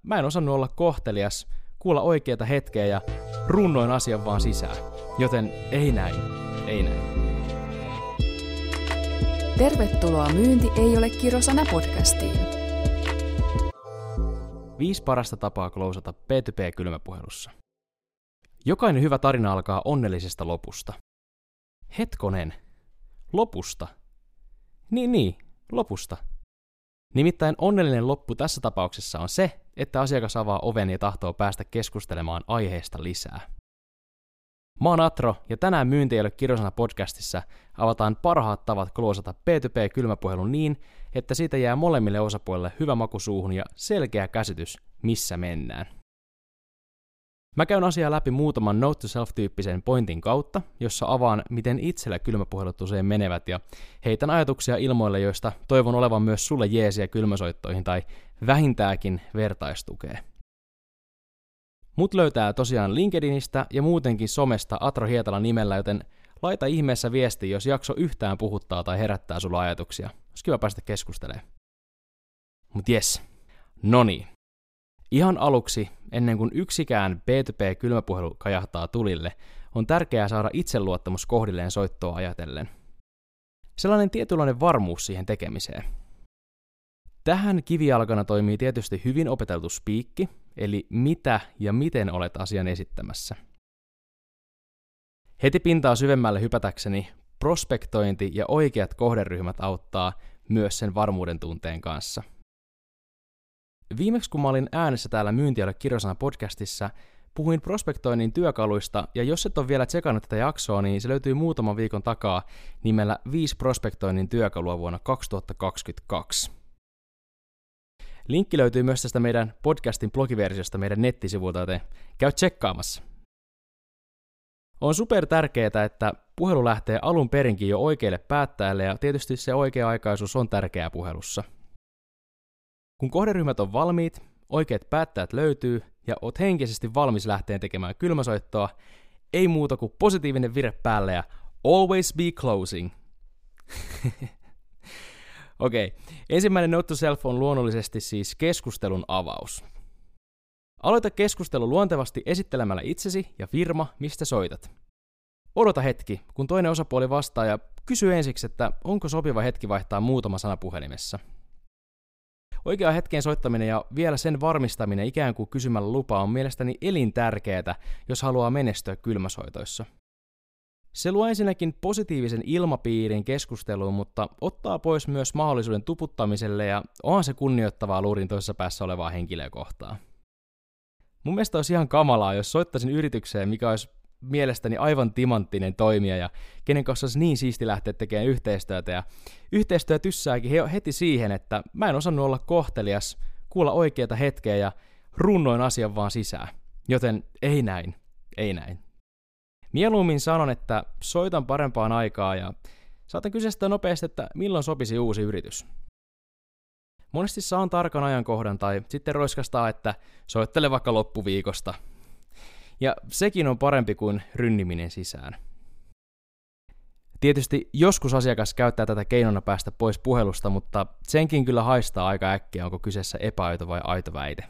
mä en osannut olla kohtelias, kuulla oikeata hetkeä ja runnoin asian vaan sisään. Joten ei näin. Tervetuloa Myynti ei ole kirosana podcastiin. 5 parasta tapaa klousata B2B-kylmäpuhelussa. Jokainen hyvä tarina alkaa onnellisesta lopusta. Hetkonen. Lopusta. Niin, lopusta. Nimittäin onnellinen loppu tässä tapauksessa on se, että asiakas avaa oven ja tahtoo päästä keskustelemaan aiheesta lisää. Mä oon Atro, ja tänään Myynti ei ole kirosana podcastissa avataan parhaat tavat klousata B2B-kylmäpuhelun niin, että siitä jää molemmille osapuolille hyvä maku suuhun ja selkeä käsitys, missä mennään. Mä käyn asiaa läpi muutaman note to self-tyyppisen pointin kautta, jossa avaan, miten itsellä kylmäpuhelut usein menevät ja heitän ajatuksia ilmoille, joista toivon olevan myös sulle jeesiä kylmäsoittoihin tai vähintäänkin vertaistukea. Mut löytää tosiaan LinkedInistä ja muutenkin somesta Atro Hietala nimellä, joten laita ihmeessä viesti, jos jakso yhtään puhuttaa tai herättää sulla ajatuksia. Olisi kiva päästä keskustelemaan. Mut jes, noniin. Ihan aluksi, ennen kuin yksikään B2B-kylmäpuhelu kajahtaa tulille, on tärkeää saada itseluottamus kohdilleen soittoa ajatellen. Sellainen tietynlainen varmuus siihen tekemiseen. Tähän kivijalkana toimii tietysti hyvin opeteltu spiikki, eli mitä ja miten olet asian esittämässä. Heti pintaa syvemmälle hypätäkseni, prospektointi ja oikeat kohderyhmät auttaa myös sen varmuuden tunteen kanssa. Viimeksi kun mä olin äänessä täällä Myynti ei ole kirosana podcastissa, puhuin prospektoinnin työkaluista, ja jos et ole vielä tsekannut tätä jaksoa, niin se löytyy muutaman viikon takaa nimellä 5 prospektoinnin työkalua vuonna 2022. Linkki löytyy myös tästä meidän podcastin blogiversiosta meidän nettisivulta, joten käy tsekkaamassa. On super tärkeää, että puhelu lähtee alun perinkin jo oikeille päättäjälle, ja tietysti se oikea-aikaisuus on tärkeää puhelussa. Kun kohderyhmät on valmiit, oikeat päättäjät löytyy ja oot henkisesti valmis lähteen tekemään kylmäsoittoa, ei muuta kuin positiivinen vire päälle ja always be closing. Okei, ensimmäinen note to self on luonnollisesti siis keskustelun avaus. Aloita keskustelu luontevasti esittelemällä itsesi ja firma, mistä soitat. Odota hetki, kun toinen osapuoli vastaa ja kysy ensiksi, että onko sopiva hetki vaihtaa muutama sana puhelimessa. Oikea hetken soittaminen ja vielä sen varmistaminen ikään kuin kysymällä lupaa on mielestäni elintärkeää, jos haluaa menestyä kylmäsoitoissa. Se luo ensinnäkin positiivisen ilmapiirin keskusteluun, mutta ottaa pois myös mahdollisuuden tuputtamiselle ja onhan se kunnioittavaa luurin toisessa päässä olevaa henkilöä kohtaan. Mun mielestä olisi ihan kamalaa, jos soittaisin yritykseen, mikä olisi mielestäni aivan timanttinen toimija ja kenen kanssa olisi niin siisti lähteä tekemään yhteistyötä. Ja yhteistyö tyssääkin heti siihen, että mä en osannut olla kohtelias, kuulla oikeata hetkeä ja runnoin asian vaan sisään. Joten ei näin. Mieluummin sanon, että soitan parempaan aikaa ja saatan kysyä nopeasti, että milloin sopisi uusi yritys. Monesti saan tarkan ajankohdan tai sitten roiskastaa, että soittele vaikka loppuviikosta. Ja sekin on parempi kuin rynniminen sisään. Tietysti joskus asiakas käyttää tätä keinona päästä pois puhelusta, mutta senkin kyllä haistaa aika äkkiä, onko kyseessä epäaito vai aito väite.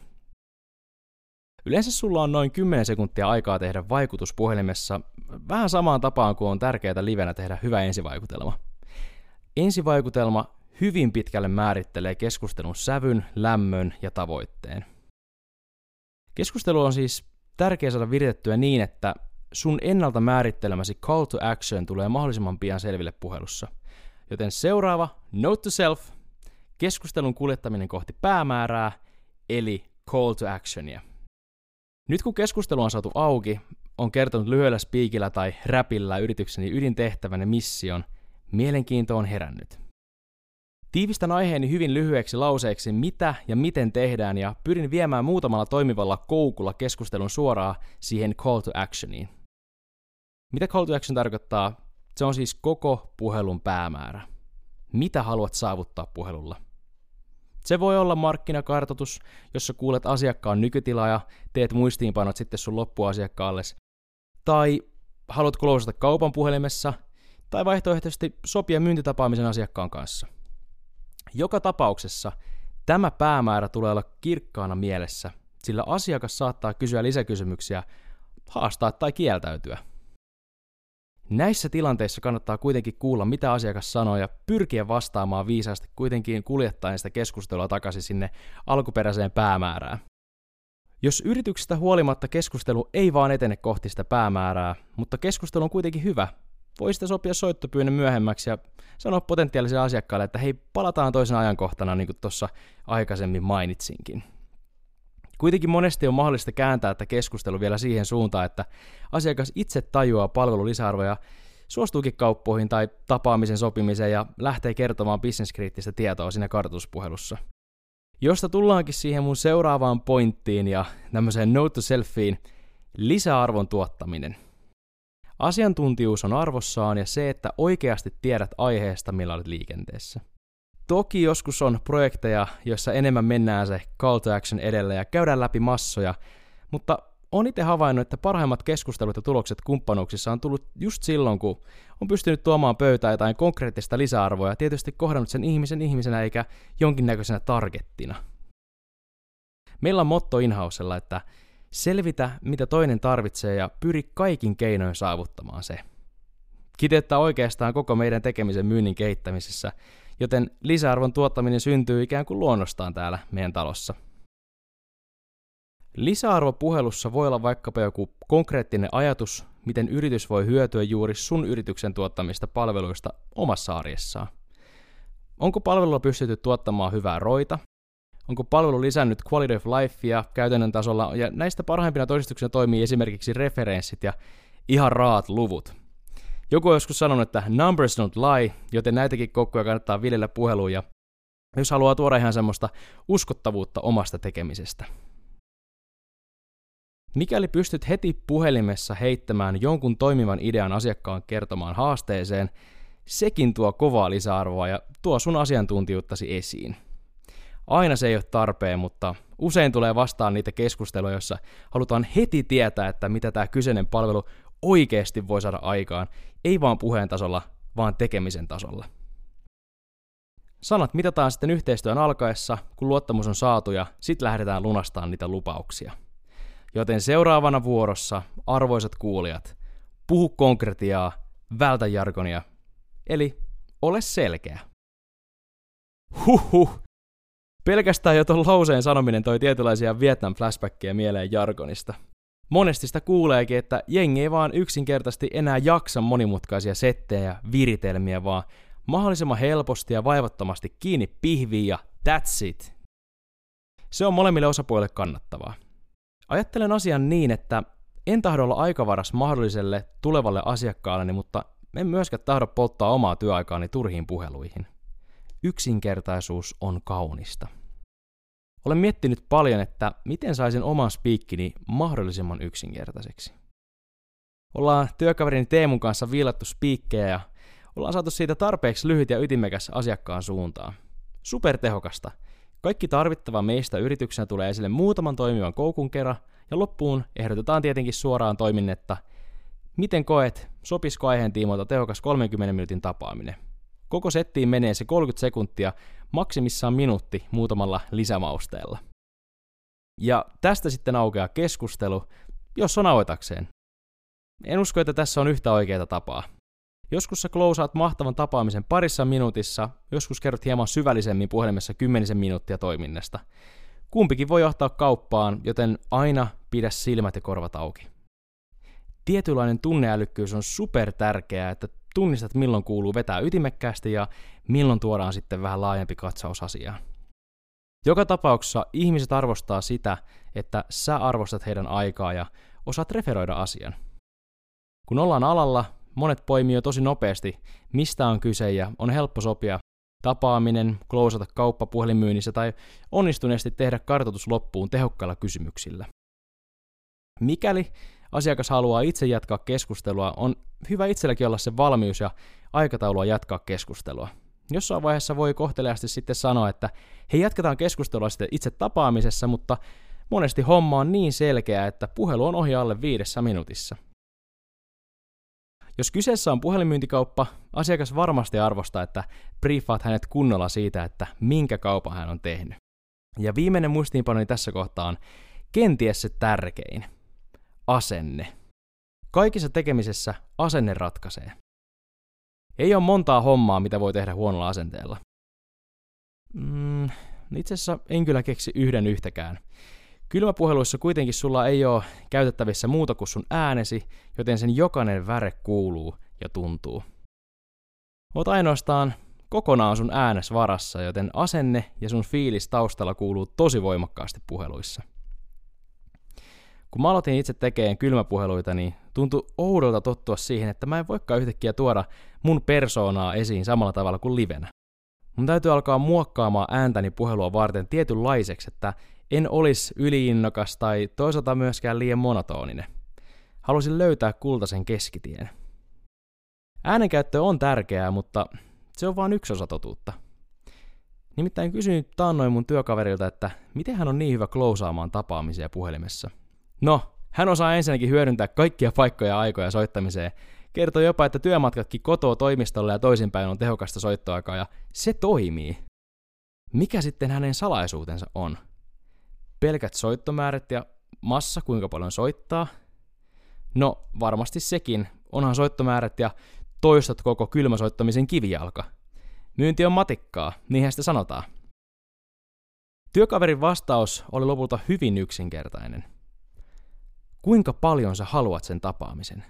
Yleensä sulla on noin 10 sekuntia aikaa tehdä vaikutus puhelimessa, vähän samaan tapaan kuin on tärkeää livenä tehdä hyvä ensivaikutelma. Ensivaikutelma hyvin pitkälle määrittelee keskustelun sävyn, lämmön ja tavoitteen. Keskustelu on siis tärkeää saada viritettyä niin, että sun ennalta määrittelemäsi call to action tulee mahdollisimman pian selville puhelussa. Joten seuraava, note to self, keskustelun kuljettaminen kohti päämäärää, eli call to actionia. Nyt kun keskustelu on saatu auki, on kertonut lyhyellä spiikillä tai räpillä yritykseni ydintehtävän ja mission, mielenkiinto on herännyt. Tiivistän aiheeni hyvin lyhyeksi lauseeksi, mitä ja miten tehdään, ja pyrin viemään muutamalla toimivalla koukulla keskustelun suoraan siihen call to actioniin. Mitä call to action tarkoittaa? Se on siis koko puhelun päämäärä. Mitä haluat saavuttaa puhelulla? Se voi olla markkinakartoitus, jossa kuulet asiakkaan nykytilaa ja teet muistiinpanot sitten sun loppuasiakkaalles. Tai haluat klousata kaupan puhelimessa, tai vaihtoehtoisesti sopia myyntitapaamisen asiakkaan kanssa. Joka tapauksessa tämä päämäärä tulee olla kirkkaana mielessä sillä asiakas saattaa kysyä lisäkysymyksiä, haastaa tai kieltäytyä. Näissä tilanteissa kannattaa kuitenkin kuulla, mitä asiakas sanoo ja pyrkiä vastaamaan viisaasti kuitenkin kuljettaen sitä keskustelua takaisin sinne alkuperäiseen päämäärään. Jos yrityksestä huolimatta keskustelu ei vaan etene kohti sitä päämäärää, mutta keskustelu on kuitenkin hyvä, voi sitä sopia soittopyynnön myöhemmäksi ja sanoa potentiaaliselle asiakkaalle, että hei, palataan toisena ajankohtana, niin kuin tuossa aikaisemmin mainitsinkin. Kuitenkin monesti on mahdollista kääntää tätä keskustelu vielä siihen suuntaan, että asiakas itse tajuaa palvelun lisäarvoja, suostuukin kauppoihin tai tapaamisen sopimiseen ja lähtee kertomaan bisneskriittistä tietoa siinä kartoituspuhelussa. Josta tullaankin siihen mun seuraavaan pointtiin ja tämmöiseen note to selfiin, lisäarvon tuottaminen. Asiantuntijuus on arvossaan ja se, että oikeasti tiedät aiheesta, millä olet liikenteessä. Toki joskus on projekteja, joissa enemmän mennään se call to action edellä ja käydään läpi massoja, mutta olen itse havainnut, että parhaimmat keskustelut ja tulokset kumppanuuksissa on tullut just silloin, kun on pystynyt tuomaan pöytään jotain konkreettista lisäarvoa ja tietysti kohdannut sen ihmisen ihmisenä eikä jonkinnäköisenä targettina. Meillä on motto in-housella, että selvitä, mitä toinen tarvitsee ja pyri kaikin keinoin saavuttamaan se. Kiteyttää oikeastaan koko meidän tekemisen myynnin kehittämisessä, joten lisäarvon tuottaminen syntyy ikään kuin luonnostaan täällä meidän talossa. Lisäarvo puhelussa voi olla vaikkapa joku konkreettinen ajatus, miten yritys voi hyötyä juuri sun yrityksen tuottamista palveluista omassa arjessaan. Onko palvelulla pystytty tuottamaan hyvää roita? Onko palvelu lisännyt quality of lifea käytännön tasolla? Ja näistä parhaimpina todistuksena toimii esimerkiksi referenssit ja ihan raat luvut. Joku on joskus sanonut, että numbers don't lie, joten näitäkin kokkuja kannattaa viljellä puheluun, ja jos haluaa tuoda ihan semmoista uskottavuutta omasta tekemisestä. Mikäli pystyt heti puhelimessa heittämään jonkun toimivan idean asiakkaan kertomaan haasteeseen, sekin tuo kovaa lisäarvoa ja tuo sun asiantuntijuuttasi esiin. Aina se ei ole tarpeen, mutta usein tulee vastaan niitä keskusteluja, joissa halutaan heti tietää, että mitä tämä kyseinen palvelu oikeasti voi saada aikaan, ei vaan puheen tasolla, vaan tekemisen tasolla. Sanat mitataan sitten yhteistyön alkaessa, kun luottamus on saatu ja sitten lähdetään lunastamaan niitä lupauksia. Joten seuraavana vuorossa, arvoisat kuulijat, puhu konkretiaa, vältä jargonia, eli ole selkeä. Huhhuh! Pelkästään jo ton lauseen sanominen toi tietynlaisia Vietnam-flashbackkejä mieleen jargonista. Monesti sitä kuuleekin, että jengi ei vaan yksinkertaisesti enää jaksa monimutkaisia settejä ja viritelmiä, vaan mahdollisimman helposti ja vaivattomasti kiinni pihviin ja that's it. Se on molemmille osapuolille kannattavaa. Ajattelen asian niin, että en tahdo olla aikavaras mahdolliselle tulevalle asiakkaalleni, mutta en myöskään tahdo polttaa omaa työaikaani turhiin puheluihin. Yksinkertaisuus on kaunista. Olen miettinyt paljon, että miten saisin oman spiikkini mahdollisimman yksinkertaiseksi. Ollaan työkaverini Teemun kanssa viilattu spiikkejä ja ollaan saatu siitä tarpeeksi lyhyt ja ytimekäs asiakkaan suuntaan. Supertehokasta. Kaikki tarvittava meistä yrityksenä tulee esille muutaman toimivan koukun kerran ja loppuun ehdotetaan tietenkin suoraan toiminnetta. Miten koet, sopisiko aiheen tiimoilta tehokas 30 minuutin tapaaminen? Koko settiin menee se 30 sekuntia, maksimissaan minuutti muutamalla lisämausteella. Ja tästä sitten aukeaa keskustelu, jos on auetakseen. En usko, että tässä on yhtä oikeaa tapaa. Joskus sä klousaat mahtavan tapaamisen parissa minuutissa, joskus kerrot hieman syvällisemmin puhelimessa 10 minuuttia toiminnasta. Kumpikin voi johtaa kauppaan, joten aina pidä silmät ja korvat auki. Tietynlainen tunneälykkyys on super tärkeää, että tunnistat milloin kuuluu vetää ytimekkäästi ja milloin tuodaan sitten vähän laajempi katsaus asiaan. Joka tapauksessa ihmiset arvostaa sitä, että sä arvostat heidän aikaa ja osaat referoida asian. Kun ollaan alalla, monet poimii jo tosi nopeasti, mistä on kyse ja on helppo sopia tapaaminen, klousata kauppa puhelinmyynnissä tai onnistuneesti tehdä kartoitus loppuun tehokkailla kysymyksillä. Mikäli asiakas haluaa itse jatkaa keskustelua, on hyvä itselläkin olla se valmius ja aikataulua jatkaa keskustelua. Jossain vaiheessa voi kohteliaasti sitten sanoa, että hei, jatketaan keskustelua sitten itse tapaamisessa, mutta monesti homma on niin selkeä, että puhelu on ohi alle 5 minuutissa. Jos kyseessä on puhelinmyyntikauppa, asiakas varmasti arvostaa, että briefaat hänet kunnolla siitä, että minkä kaupan hän on tehnyt. Ja viimeinen muistiinpanoni tässä kohtaa on, kenties se tärkein. Asenne. Kaikissa tekemisessä asenne ratkaisee. Ei ole montaa hommaa, mitä voi tehdä huonolla asenteella. Itse asiassa en kyllä keksi yhtäkään. Kylmäpuheluissa kuitenkin sulla ei ole käytettävissä muuta kuin sun äänesi, joten sen jokainen väre kuuluu ja tuntuu. Oot ainoastaan kokonaan sun äänes varassa, joten asenne ja sun fiilis taustalla kuuluu tosi voimakkaasti puheluissa. Kun mä aloitin itse tekemään kylmäpuheluita, niin tuntui oudolta tottua siihen, että mä en voikaan yhtäkkiä tuoda mun persoonaa esiin samalla tavalla kuin livenä. Mun täytyy alkaa muokkaamaan ääntäni puhelua varten tietynlaiseksi, että en olisi yliinnokas tai toisaalta myöskään liian monotoninen. Halusin löytää kultaisen keskitien. Äänenkäyttö on tärkeää, mutta se on vain yksi osa totuutta. Nimittäin kysyin taannoin mun työkaverilta, että miten hän on niin hyvä klousaamaan tapaamisia puhelimessa. No, hän osaa ensinnäkin hyödyntää kaikkia paikkoja ja aikoja soittamiseen. Kertoi jopa, että työmatkatkin kotoa toimistolle ja toisinpäin on tehokasta soittoaikaa ja se toimii. Mikä sitten hänen salaisuutensa on? Pelkät soittomäärät ja massa, kuinka paljon soittaa? No, varmasti sekin. Onhan soittomäärät ja toistot koko kylmäsoittamisen kivijalka. Myynti on matikkaa, niinhän sitä sanotaan. Työkaverin vastaus oli lopulta hyvin yksinkertainen. Kuinka paljon sä haluat sen tapaamisen?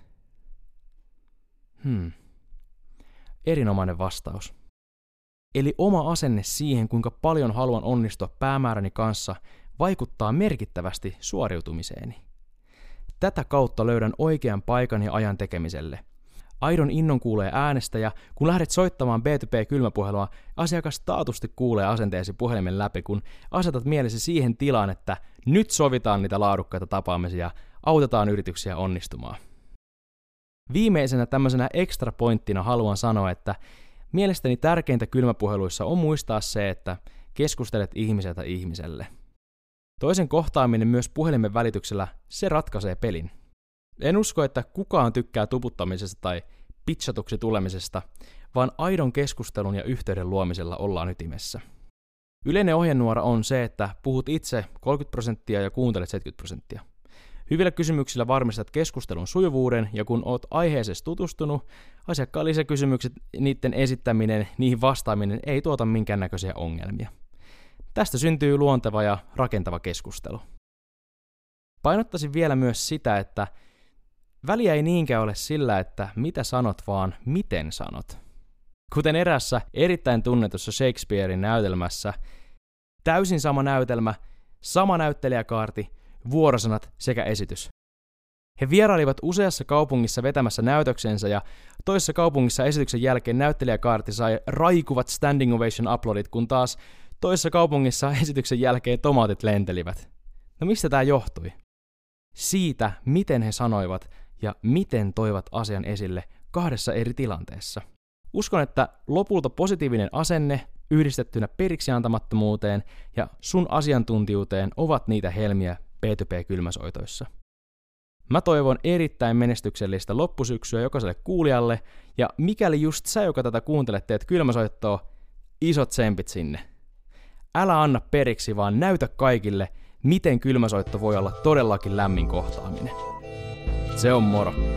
Erinomainen vastaus. Eli oma asenne siihen, kuinka paljon haluan onnistua päämääräni kanssa, vaikuttaa merkittävästi suoriutumiseeni. Tätä kautta löydän oikean paikan ja ajan tekemiselle. Aidon innon kuulee äänestä ja kun lähdet soittamaan B2B-kylmäpuhelua, asiakas taatusti kuulee asenteesi puhelimen läpi, kun asetat mielesi siihen tilaan, että nyt sovitaan niitä laadukkaita tapaamisia ja autetaan yrityksiä onnistumaan. Viimeisenä tämmöisenä extra pointtina haluan sanoa, että mielestäni tärkeintä kylmäpuheluissa on muistaa se, että keskustelet ihmiseltä ihmiselle. Toisen kohtaaminen myös puhelimen välityksellä, se ratkaisee pelin. En usko, että kukaan tykkää tuputtamisesta tai pitchatuksi tulemisesta, vaan aidon keskustelun ja yhteyden luomisella ollaan ytimessä. Yleinen ohjenuora on se, että puhut itse 30% ja kuuntelet 70%. Hyvillä kysymyksillä varmistat keskustelun sujuvuuden ja kun oot aiheeseen tutustunut, asiakkaan lisäkysymykset, niiden esittäminen, niihin vastaaminen ei tuota minkäännäköisiä ongelmia. Tästä syntyy luonteva ja rakentava keskustelu. Painottaisin vielä myös sitä, että väliä ei niinkään ole sillä, että mitä sanot, vaan miten sanot. Kuten erässä erittäin tunnetussa Shakespearein näytelmässä, täysin sama näytelmä, sama näyttelijäkaarti, vuorosanat sekä esitys. He vierailivat useassa kaupungissa vetämässä näytöksensä ja toisessa kaupungissa esityksen jälkeen näyttelijäkaarti sai raikuvat standing ovation uploadit, kun taas toisessa kaupungissa esityksen jälkeen tomaatit lentelivät. No mistä tämä johtui? Siitä, miten he sanoivat ja miten toivat asian esille kahdessa eri tilanteessa. Uskon, että lopulta positiivinen asenne yhdistettynä periksiantamattomuuteen ja sun asiantuntijuuteen ovat niitä helmiä B2B-kylmäsoitoissa. Mä toivon erittäin menestyksellistä loppusyksyä jokaiselle kuulijalle, ja mikäli just sä, joka tätä kuuntelet, teet kylmäsoittoa, isot tsempit sinne. Älä anna periksi, vaan näytä kaikille, miten kylmäsoitto voi olla todellakin lämmin kohtaaminen. Se on moro!